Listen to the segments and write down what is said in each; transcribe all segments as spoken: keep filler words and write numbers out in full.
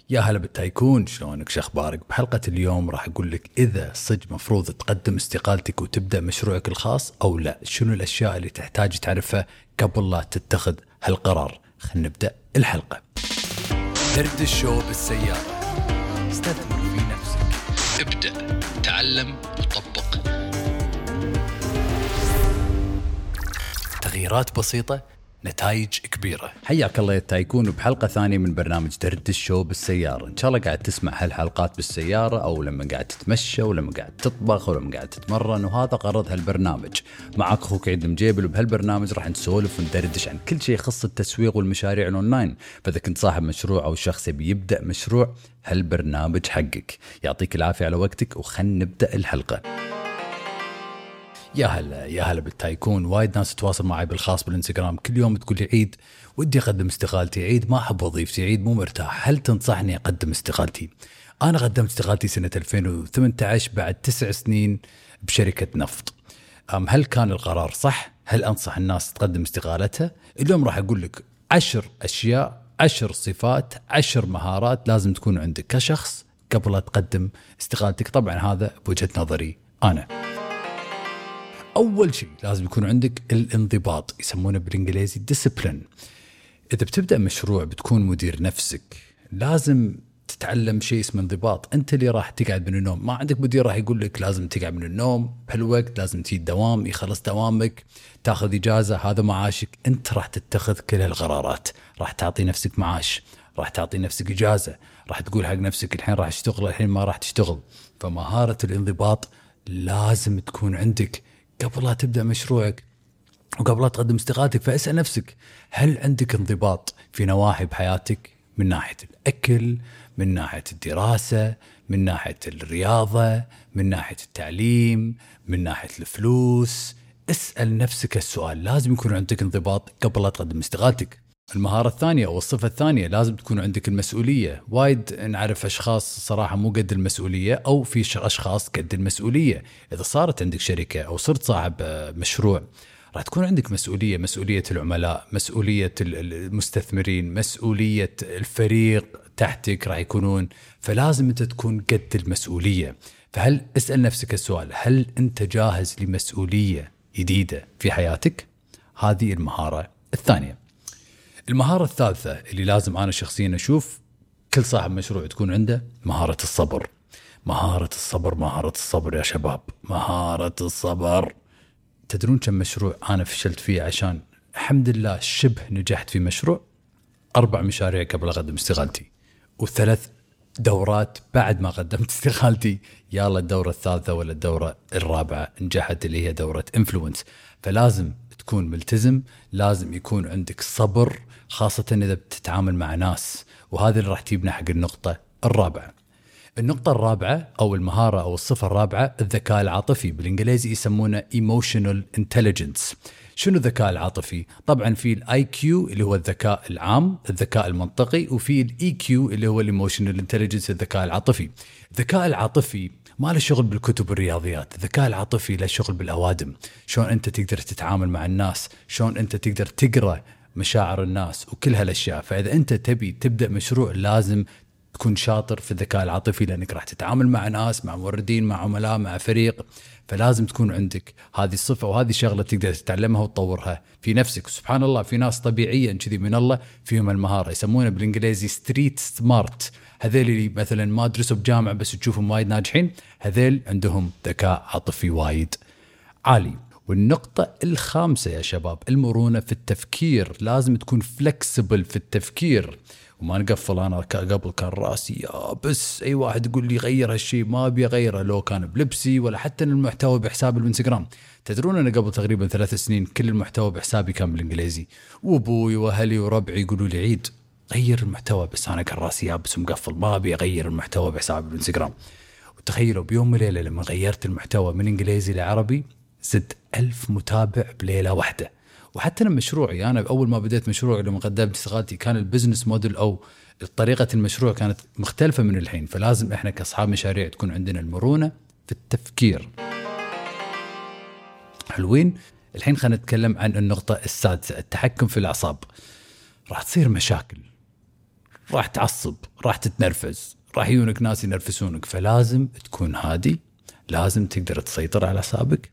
يا هلا بالتايكون، شلونك؟ شخبارك؟ بحلقة اليوم راح أقول لك إذا صدق مفروض تقدم استقالتك وتبدأ مشروعك الخاص أو لا. شنو الأشياء اللي تحتاج تعرفها قبل لا تتخذ هالقرار؟ خلينا نبدأ الحلقة. درد الشو بالسيارة. استثمر في نفسك، ابدأ، تعلم وطبق. تغييرات بسيطة، نتائج كبيرة. حياك الله يا تايكون بحلقة ثانية من برنامج درد الشو بالسيارة. إن شاء الله قاعد تسمع هالحلقات بالسيارة أو لما قاعد تتمشى ولما قاعد تطبخ ولما قاعد تتمرن، وهذا غرض هالبرنامج. معك أخوك عيد المجيبل، وبهالبرنامج راح نسولف وندردش عن كل شيء يخص التسويق والمشاريع الأونلاين. فإذا كنت صاحب مشروع أو شخص بيبدأ مشروع، هالبرنامج حقك. يعطيك العافية على وقتك، وخلنا نبدأ الحلقة. يا هلا يا هلا بالتايكون. وايد ناس تتواصل معي بالخاص بالانستغرام كل يوم تقول لي عيد ودي اقدم استقالتي، عيد ما احب وظيفتي، عيد مو مرتاح، هل تنصحني اقدم استقالتي؟ انا قدمت استقالتي سنة ألفين وثمانية عشر بعد تسع سنين بشركة نفط. أم هل كان القرار صح؟ هل انصح الناس تقدم استقالتها؟ اليوم راح اقول لك عشر اشياء، عشر صفات، عشر مهارات لازم تكون عندك كشخص قبل لا تقدم استقالتك. طبعا هذا بوجهة نظري انا. أول شيء لازم يكون عندك الانضباط، يسمونه بالإنجليزي discipline. إذا بتبدأ مشروع بتكون مدير نفسك، لازم تتعلم شيء اسمه انضباط. أنت اللي راح تقعد من النوم، ما عندك مدير راح يقول لك لازم تقعد من النوم بهالوقت، لازم تيجي الدوام، يخلص دوامك، تاخذ إجازة، هذا معاشك. أنت راح تتخذ كل هالقرارات، راح تعطي نفسك معاش، راح تعطي نفسك إجازة، راح تقول حق نفسك الحين راح تشتغل، الحين ما راح تشتغل. فمهارة الانضباط لازم تكون عندك قبل لا تبدأ مشروعك وقبل لا تقدم استقالتك. فاسأل نفسك، هل عندك انضباط في نواحي بحياتك؟ من ناحية الأكل، من ناحية الدراسة، من ناحية الرياضة، من ناحية التعليم، من ناحية الفلوس. اسأل نفسك السؤال. لازم يكون عندك انضباط قبل لا تقدم استقالتك. المهارة الثانية أو الصفة الثانية، لازم تكون عندك المسؤولية. وايد نعرف أشخاص صراحة مو قد المسؤولية، أو في أشخاص قد المسؤولية. إذا صارت عندك شركة أو صرت صاحب مشروع، راح تكون عندك مسؤولية، مسؤولية العملاء، مسؤولية المستثمرين، مسؤولية الفريق تحتك راح يكونون. فلازم أنت تكون قد المسؤولية. فهل اسأل نفسك السؤال، هل أنت جاهز لمسؤولية جديدة في حياتك؟ هذه المهارة الثانية. المهارة الثالثة اللي لازم أنا شخصيا أشوف كل صاحب مشروع تكون عنده، مهارة الصبر. مهارة الصبر مهارة الصبر يا شباب، مهارة الصبر. تدرون كم مشروع أنا فشلت فيه عشان الحمد لله شبه نجحت في مشروع؟ أربع مشاريع قبل أقدم استقالتي، وثلاث دورات بعد ما قدمت استقالتي. يلا الدورة الثالثة ولا الدورة الرابعة نجحت، اللي هي دورة إنفلونس. فلازم تكون ملتزم، لازم يكون عندك صبر، خاصة إذا بتتعامل مع ناس. وهذا اللي راح تجيبنا حق النقطة الرابعة. النقطة الرابعة أو المهارة أو الصفة الرابعة، الذكاء العاطفي. بالإنجليزي يسمونه emotional intelligence. شنو الذكاء العاطفي؟ طبعا في الاي كيو اللي هو الذكاء العام، الذكاء المنطقي، وفي الاي كيو اللي هو الايموشنال انتليجنس، الذكاء العاطفي. الذكاء العاطفي ما له شغل بالكتب والرياضيات، الذكاء العاطفي له شغل بالأوادم. شلون أنت تقدر تتعامل مع الناس، شلون أنت تقدر تقرأ مشاعر الناس وكل هالأشياء. فإذا أنت تبي تبدأ مشروع لازم تكون شاطر في الذكاء العاطفي، لأنك راح تتعامل مع ناس، مع موردين، مع عملاء، مع فريق. فلازم تكون عندك هذه الصفة، وهذه شغلة تقدر تتعلمها وتطورها في نفسك. سبحان الله، في ناس طبيعيا كذي من الله فيهم المهارة، يسمونه بالإنجليزي ستريت سمارت. هذيل اللي مثلا ما درسوا بجامعة بس تشوفهم وايد ناجحين، هذيل عندهم ذكاء عاطفي وايد عالي. والنقطة الخامسة يا شباب، المرونة في التفكير. لازم تكون فلكسبل في التفكير وما نقفل. أنا قبل كان راسي يا بس أي واحد يقول لي غير هالشيء ما أبي أغيره، لو كان بلبسي ولا حتى المحتوى بحساب الانستغرام. تدرون أنا قبل تقريبا ثلاث سنين كل المحتوى بحسابي كان بالإنجليزي، وأبوي وأهلي وربعي يقولوا لي عيد غير المحتوى، بس أنا كان راسي يا بس مقفل ما أبي أغير المحتوى بحساب الانستغرام. وتخيلوا بيوم وليلة لما غيرت المحتوى من إنجليزي لعربي زد ألف متابع بليلة واحدة. وحتى أنا مشروعي، أنا أول ما بديت مشروعي لما قدمت استقالتي كان البزنس موديل أو طريقة المشروع كانت مختلفة من الحين. فلازم إحنا كأصحاب مشاريع تكون عندنا المرونة في التفكير. حلوين. الحين خلينا نتكلم عن النقطة السادسة، التحكم في الأعصاب. راح تصير مشاكل، راح تعصب، راح تتنرفز، راح يجونك ناس ينرفسونك. فلازم تكون هادي، لازم تقدر تسيطر على أعصابك،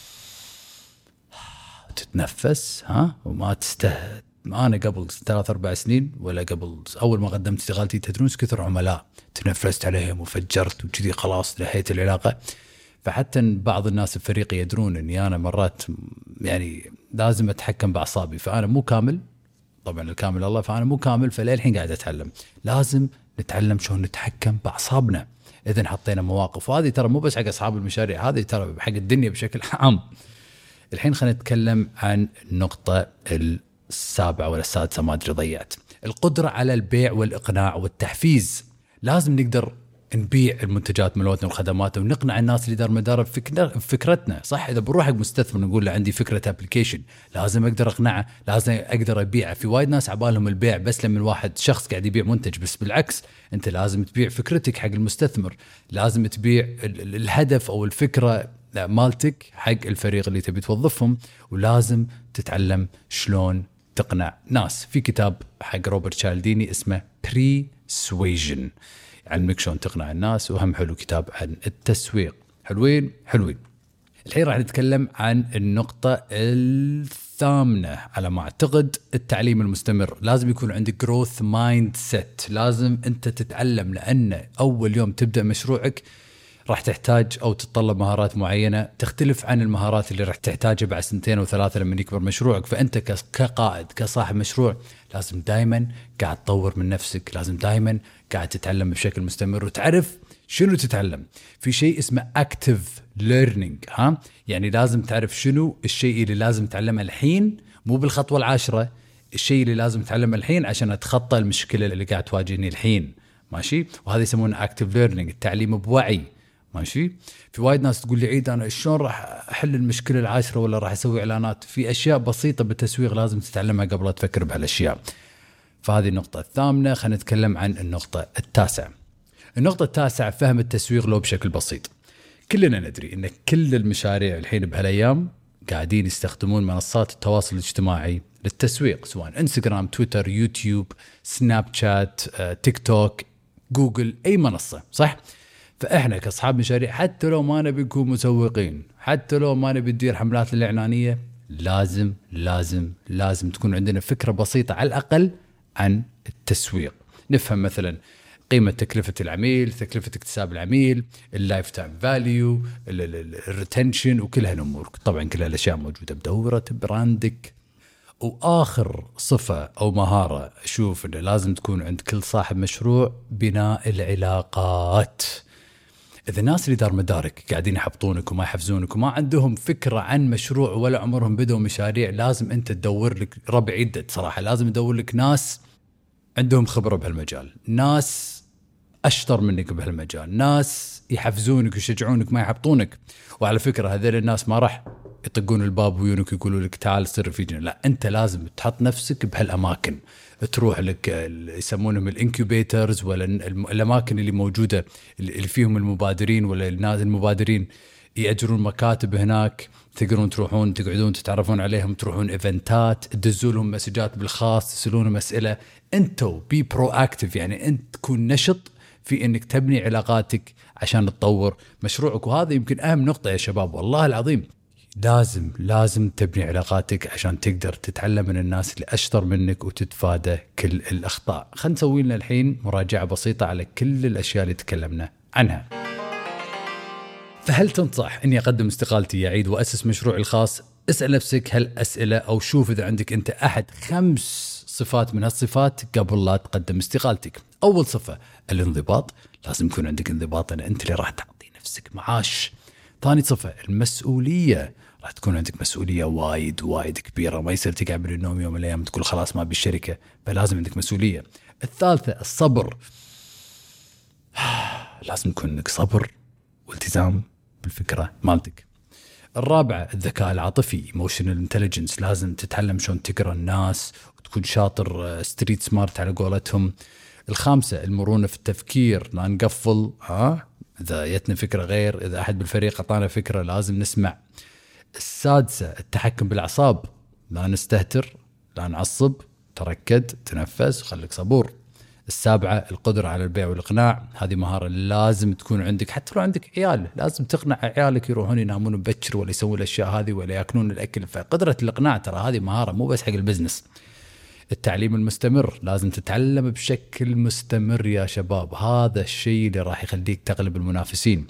تتنفس ها وما تستهد. أنا قبل ثلاث أربع سنين ولا قبل أول ما قدمت استقالتي تدرون كثر عملاء تنفست عليهم وفجرت وكذي خلاص نهيت العلاقة. فحتى بعض الناس في فريقي يدرون أني أنا مرات يعني لازم أتحكم بأعصابي. فأنا مو كامل، طبعا الكامل الله، فأنا مو كامل، فللحين قاعد أتعلم. لازم نتعلم شلون نتحكم بأعصابنا إذا حطينا مواقف. وهذه ترى مو بس حق أصحاب المشاريع، هذه ترى حق الدنيا بشكل عام. الحين خلينا نتكلم عن النقطة السابعة ولا السادسة، ما أدري ضيعت. القدرة على البيع والإقناع والتحفيز. لازم نقدر نبيع المنتجات ملوتنا والخدمات ونقنع الناس اللي دار مدار بفكرتنا. صح، إذا بنروح حق مستثمر نقول له عندي فكرة أبليكيشن، لازم أقدر أقنعه، لازم أقدر أبيعه. في وايد ناس عبالهم البيع بس لما الواحد شخص قاعد يبيع منتج، بس بالعكس أنت لازم تبيع فكرتك حق المستثمر، لازم تبيع الهدف أو الفكرة مالتك حق الفريق اللي تبي توظفهم، ولازم تتعلم شلون تقنع ناس. في كتاب حق روبرت شالديني اسمه Persuasion، علمك شلون تقنع الناس، وهم حلو كتاب عن التسويق. حلوين حلوين. الحين راح نتكلم عن النقطة الثامنة على ما أعتقد، التعليم المستمر. لازم يكون عندك growth mindset، لازم أنت تتعلم، لأن أول يوم تبدأ مشروعك راح تحتاج أو تتطلب مهارات معينة تختلف عن المهارات اللي راح تحتاجها بعد سنتين أو ثلاثة لما يكبر مشروعك. فأنت كقائد كصاحب مشروع لازم دايما قاعد تطور من نفسك، لازم دايما قاعد تتعلم بشكل مستمر وتعرف شنو تتعلم. في شيء اسمه active learning، ها يعني لازم تعرف شنو الشيء اللي لازم تعلمه الحين، مو بالخطوة العاشرة، الشيء اللي لازم تعلمه الحين عشان أتخطى المشكلة اللي قاعد تواجهني الحين. ماشي، وهذا يسمونه active learning، التعليم بوعي. ماشي. في وايد ناس تقول لي عيد أنا شلون راح أحل المشكلة العاشرة ولا راح أسوي إعلانات؟ في أشياء بسيطة بالتسويق لازم تتعلمها قبل لا تفكر بهالأشياء. فهذه النقطة الثامنة. خلينا نتكلم عن النقطة التاسعة. النقطة التاسعة فهم التسويق له بشكل بسيط. كلنا ندري إن كل المشاريع الحين بهالأيام قاعدين يستخدمون منصات التواصل الاجتماعي للتسويق، سواء انستغرام، تويتر، يوتيوب، سناب شات، تيك توك، جوجل، أي منصة. صح؟ فإحنا كأصحاب مشاريع حتى لو ما نبي نكون مسوقين، حتى لو ما نبي ندير حملات الإعلانية، لازم لازم لازم تكون عندنا فكرة بسيطة على الأقل عن التسويق. نفهم مثلا قيمة تكلفة العميل، تكلفة اكتساب العميل، اللايف تايم فاليو، الريتنشن، وكل هالأمور. طبعا كل هالأشياء موجودة بدورة براندك. وآخر صفة أو مهارة أشوف إنه لازم تكون عند كل صاحب مشروع، بناء العلاقات. إذا الناس اللي دار مدارك قاعدين يحبطونك وما يحفزونك وما عندهم فكرة عن مشروع ولا عمرهم بدوا مشاريع، لازم أنت تدور لك ربع عدة. صراحة لازم تدور لك ناس عندهم خبرة بهالمجال، ناس أشطر منك بهالمجال، ناس يحفزونك ويشجعونك ما يحبطونك. وعلى فكرة هذول الناس ما راح يطقون الباب ويونك يقولوا لك تعال صير فينا، لا، أنت لازم تحط نفسك بهالأماكن، تروح لك يسمونهم الانكوبيترز ولا الأماكن اللي موجودة اللي فيهم المبادرين، ولا الناس المبادرين يأجرون مكاتب هناك، تقدرون تروحون تقعدون تتعرفون عليهم، تروحون إيفنتات، تدزوا لهم مسجات بالخاص، تسألونهم أسئلة. أنتوا بي برو أكتيف، يعني أنت تكون نشط في إنك تبني علاقاتك عشان تطور مشروعك. وهذا يمكن أهم نقطة يا شباب، والله العظيم لازم لازم تبني علاقاتك عشان تقدر تتعلم من الناس اللي أشطر منك وتتفادى كل الأخطاء. خلينا نسوي لنا الحين مراجعة بسيطة على كل الأشياء اللي تكلمنا عنها. فهل تنصح إني أقدم استقالتي يا عيد وأسس مشروعي الخاص؟ اسأل نفسك هالأسئلة، أو شوف إذا عندك أنت أحد خمس صفات من هالصفات قبل لا تقدم استقالتك. أول صفة الانضباط، لازم يكون عندك انضباط، أن أنت اللي راح تعطي نفسك معاش. ثاني صفة المسؤولية، راح تكون عندك مسؤولية وايد وايد كبيرة، ما يصير تقعد من النوم يوم من الأيام تقول خلاص ما بالشركة، فلازم عندك مسؤولية. الثالثة الصبر، لازم يكون عندك صبر والتزام بالفكرة مالتك. الرابعة الذكاء العاطفي emotional intelligence، لازم تتعلم شلون تقرأ الناس وتكون شاطر ستريت سمارت على قولتهم. الخامسة المرونة في التفكير، لا نقفل، ها إذا جتنا فكرة غير، إذا أحد بالفريق أعطانا فكرة لازم نسمع. السادسة التحكم بالأعصاب، لا نستهتر، لا نعصب، تركد، تنفس وخليك صبور. السابعة القدرة على البيع والإقناع. هذه مهارة لازم تكون عندك، حتى لو عندك عيال لازم تقنع عيالك يروحون ينامون مبكر ولا يسوون الأشياء هذه ولا يأكلون الأكل. فقدرة الإقناع ترى هذه مهارة مو بس حق البزنس. التعليم المستمر، لازم تتعلم بشكل مستمر يا شباب، هذا الشيء اللي راح يخليك تغلب المنافسين.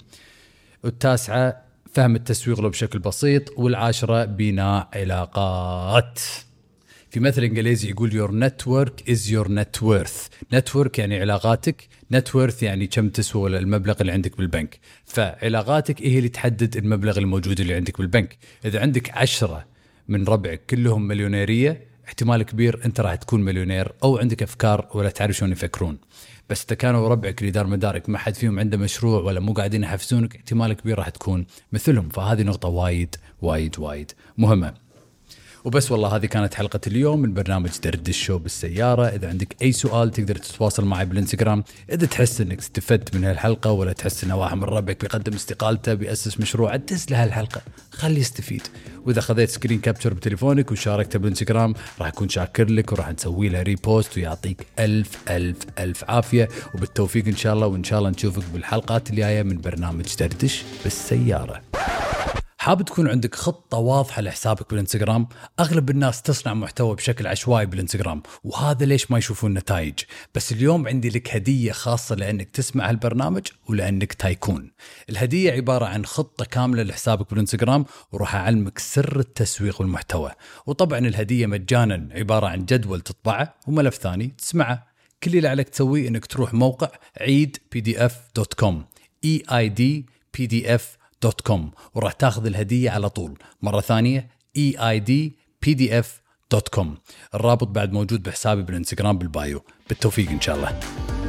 والتاسعة فهم التسويق له بشكل بسيط. والعاشرة بناء علاقات. في مثل انجليزي يقول your network is your net worth. network يعني علاقاتك، net worth يعني كم تسوى المبلغ اللي عندك بالبنك. فعلاقاتك هي اللي تحدد المبلغ الموجود اللي عندك بالبنك. إذا عندك عشرة من ربعك كلهم مليونيرية، احتمال كبير انت راح تكون مليونير، او عندك افكار ولا تعرف شلون يفكرون. بس اذا كانوا ربعك اللي دار مدارك ما حد فيهم عنده مشروع ولا مو قاعدين يحفزونك، احتمال كبير راح تكون مثلهم. فهذه نقطة وايد وايد وايد مهمة. وبس والله هذه كانت حلقة اليوم من برنامج دردش شو بالسيارة. إذا عندك أي سؤال تقدر تتواصل معي بالإنستغرام. إذا تحس إنك استفدت من هالحلقة ولا تحس إن واحد من ربك بيقدم استقالته بيأسس مشروع، دز له هالحلقة خليه يستفيد. وإذا خذيت سكرين كابتشر بتليفونك وشاركته بالإنستغرام راح أكون شاكر لك، وراح نسوي له ريبوست، ويعطيك ألف ألف ألف عافية وبالتوفيق إن شاء الله. وإن شاء الله نشوفك بالحلقات الجاية من برنامج دردش بالسيارة. حاب تكون عندك خطة واضحة لحسابك بالإنستغرام؟ أغلب الناس تصنع محتوى بشكل عشوائي بالإنستغرام، وهذا ليش ما يشوفون نتائج. بس اليوم عندي لك هدية خاصة لأنك تسمع هالبرنامج ولأنك تايكون. الهدية عبارة عن خطة كاملة لحسابك بالإنستغرام، وراح أعلمك سر التسويق والمحتوى. وطبعا الهدية مجانا، عبارة عن جدول تطبعه وملف ثاني تسمعه. كل اللي عليك تسويه إنك تروح موقع عيد بي دي إف دوت كوم إي آي دي بي دي إف دوت كوم وراح تاخذ الهدية على طول. مرة ثانية إي آي دي بي دي إف دوت كوم. الرابط بعد موجود بحسابي بالإنستغرام بالبايو. بالتوفيق إن شاء الله.